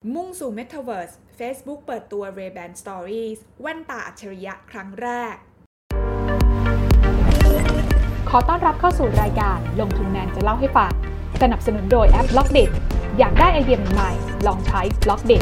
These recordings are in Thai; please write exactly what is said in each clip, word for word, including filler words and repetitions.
มุ่งสู่ Metaverse Facebook เปิดตัว Ray-Ban Stories แว่นตาอัจฉริยะครั้งแรกขอต้อนรับเข้าสู่รายการลงทุนแมนจะเล่าให้ฟังสนับสนุนโดยแอป Blockdit อยากได้ไอเดียใหม่ๆลองใช้ Blockdit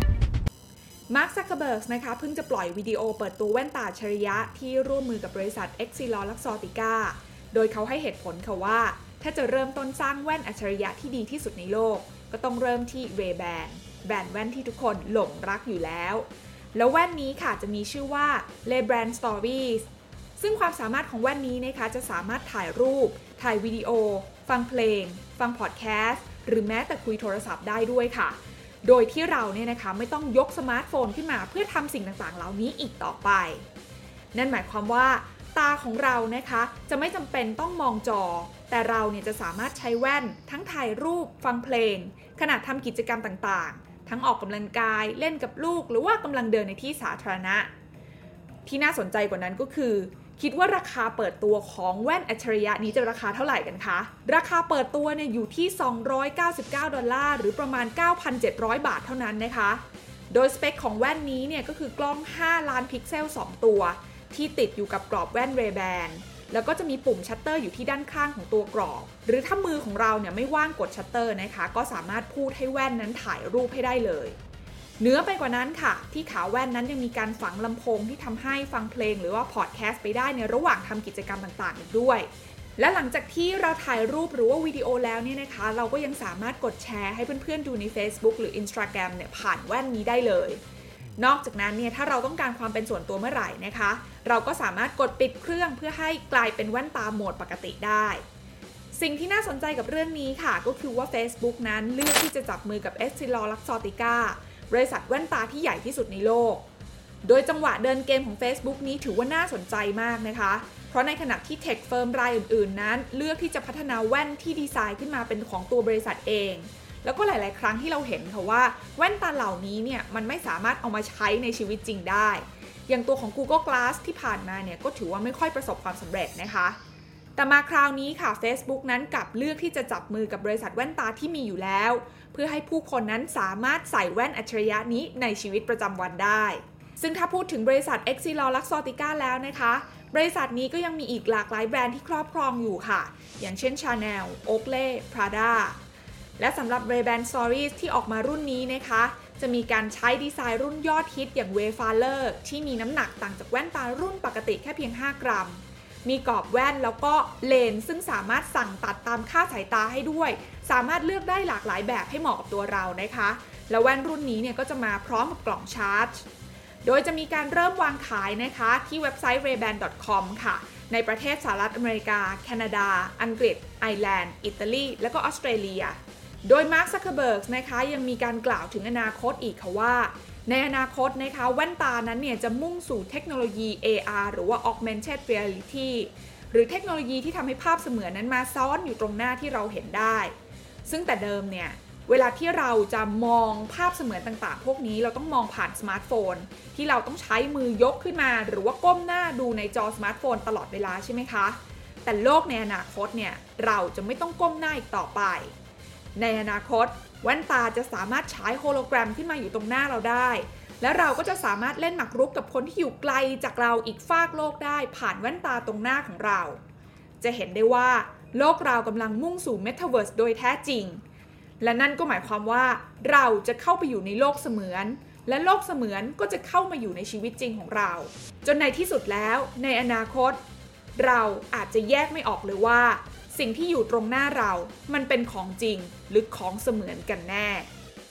Mark Zuckerberg นะคะเพิ่งจะปล่อยวิดีโอเปิดตัวแว่นตาอัจฉริยะที่ร่วมมือกับบริษัท EssilorLuxottica โดยเขาให้เหตุผลค่ะว่าถ้าจะเริ่มต้นสร้างแว่นอัจฉริยะที่ดีที่สุดในโลกก็ต้องเริ่มที่ Ray-Ban แบรนด์แว่นที่ทุกคนหลงรักอยู่แล้วแล้วแว่นนี้ค่ะจะมีชื่อว่า Ray-Ban Stories ซึ่งความสามารถของแว่นนี้นะคะจะสามารถถ่ายรูปถ่ายวิดีโอฟังเพลงฟังพอดแคสต์หรือแม้แต่คุยโทรศัพท์ได้ด้วยค่ะโดยที่เราเนี่ยนะคะไม่ต้องยกสมาร์ทโฟนขึ้นมาเพื่อทำสิ่งต่างๆเหล่านี้อีกต่อไปนั่นหมายความว่าตาของเรานะคะจะไม่จำเป็นต้องมองจอแต่เราเนี่ยจะสามารถใช้แว่นทั้งถ่ายรูปฟังเพลงขณะทำกิจกรรมต่างๆทั้งออกกำลังกายเล่นกับลูกหรือว่ากำลังเดินในที่สาธารณะที่น่าสนใจกว่านั้นก็คือคิดว่าราคาเปิดตัวของแว่นอัจฉริยะนี้จะราคาเท่าไหร่กันคะราคาเปิดตัวเนี่ยอยู่ที่สองร้อยเก้าสิบเก้าดอลลาร์หรือประมาณ เก้าพันเจ็ดร้อย บาทเท่านั้นนะคะโดยสเปคของแว่นนี้เนี่ยก็คือกล้องห้าล้านพิกเซลสองตัวที่ติดอยู่กับกรอบแว่น Ray-Ban แล้วก็จะมีปุ่มชัตเตอร์อยู่ที่ด้านข้างของตัวกรอบหรือถ้ามือของเราเนี่ยไม่ว่างกดชัตเตอร์นะคะก็สามารถพูดให้แว่นนั้นถ่ายรูปให้ได้เลยเหนือไปกว่านั้นค่ะที่ขาแว่นนั้นยังมีการฝังลำโพงที่ทำให้ฟังเพลงหรือว่าพอดแคสต์ไปได้ในระหว่างทำกิจกรรมต่างๆอีกด้วยและหลังจากที่เราถ่ายรูปหรือว่าวิดีโอแล้วเนี่ยนะคะเราก็ยังสามารถกดแชร์ให้เพื่อนๆดูใน Facebook หรือ Instagram เนี่ยผ่านแว่นนี้ได้เลยนอกจากนั้นเนี่ยถ้าเราต้องการความเป็นส่วนตัวเมื่อไหร่นะคะเราก็สามารถกดปิดเครื่องเพื่อให้กลายเป็นแว่นตาโหมดปกติได้สิ่งที่น่าสนใจกับเรื่องนี้ค่ะก็คือว่า Facebook นั้นเลือกที่จะจับมือกับ EssilorLuxotticaบริษัทแว่นตาที่ใหญ่ที่สุดในโลกโดยจังหวะเดินเกมของ Facebook นี้ถือว่าน่าสนใจมากนะคะเพราะในขณะที่เทคเฟิร์มรายอื่นๆนั้นเลือกที่จะพัฒนาแว่นที่ดีไซน์ขึ้นมาเป็นของตัวบริษัทเองแล้วก็หลายๆครั้งที่เราเห็นค่ะว่าแว่นตาเหล่านี้เนี่ยมันไม่สามารถเอามาใช้ในชีวิตจริงได้อย่างตัวของ Google Glass ที่ผ่านมาเนี่ยก็ถือว่าไม่ค่อยประสบความสำเร็จนะคะแต่มาคราวนี้ค่ะ Facebook นั้นกลับเลือกที่จะจับมือกับบริษัทแว่นตาที่มีอยู่แล้วเพื่อให้ผู้คนนั้นสามารถใส่แว่นอัจฉริยะนี้ในชีวิตประจำวันได้ซึ่งถ้าพูดถึงบริษัท EssilorLuxottica แล้วนะคะบริษัทนี้ก็ยังมีอีกหลากหลายแบรนด์ที่ครอบครองอยู่ค่ะอย่างเช่น Chanel, Oakley, Prada และสำหรับ Ray-Ban Stories ที่ออกมารุ่นนี้นะคะจะมีการใช้ดีไซน์รุ่นยอดฮิตอย่าง Wayfarer ที่มีน้ำหนักต่างจากแว่นตารุ่นปกติแค่เพียงห้ากรัมมีกรอบแว่นแล้วก็เลนส์ซึ่งสามารถสั่งตัดตามค่าสายตาให้ด้วยสามารถเลือกได้หลากหลายแบบให้เหมาะกับตัวเรานะคะแล้วแว่นรุ่นนี้เนี่ยก็จะมาพร้อมกับกล่องชาร์จโดยจะมีการเริ่มวางขายนะคะที่เว็บไซต์ เรย์แบน ดอท คอม ค่ะในประเทศสหรัฐอเมริกาแคนาดาอังกฤษไอร์แลนด์อิตาลีและก็ออสเตรเลียโดย Mark Zuckerberg นะคะยังมีการกล่าวถึงอนาคตอีกค่ะว่าในอนาคตนะคะแว่นตานั้นเนี่ยจะมุ่งสู่เทคโนโลยี เอ อาร์ หรือว่า Augmented Reality หรือเทคโนโลยีที่ทำให้ภาพเสมือนนั้นมาซ้อนอยู่ตรงหน้าที่เราเห็นได้ซึ่งแต่เดิมเนี่ยเวลาที่เราจะมองภาพเสมือนต่างๆพวกนี้เราต้องมองผ่านสมาร์ทโฟนที่เราต้องใช้มือยกขึ้นมาหรือว่าก้มหน้าดูในจอสมาร์ทโฟนตลอดเวลาใช่ไหมคะแต่โลกในอนาคตเนี่ยเราจะไม่ต้องก้มหน้าอีกต่อไปในอนาคตแว่นตาจะสามารถฉายโฮโลแกรมขึ้นมาอยู่ตรงหน้าเราได้และเราก็จะสามารถเล่นหมากรุกกับคนที่อยู่ไกลจากเราอีกฟากโลกได้ผ่านแว่นตาตรงหน้าของเราจะเห็นได้ว่าโลกเรากำลังมุ่งสู่ Metaverse โดยแท้จริงและนั่นก็หมายความว่าเราจะเข้าไปอยู่ในโลกเสมือนและโลกเสมือนก็จะเข้ามาอยู่ในชีวิตจริงของเราจนในที่สุดแล้วในอนาคตเราอาจจะแยกไม่ออกเลยว่าสิ่งที่อยู่ตรงหน้าเรามันเป็นของจริงหรือของเสมือนกันแน่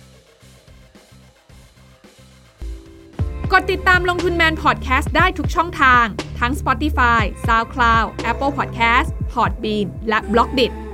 กดติดตามลงทุนแมนพอดแคสต์ได้ทุกช่องทางทั้ง Spotify, SoundCloud, Apple Podcast, Podbean และ Blockdit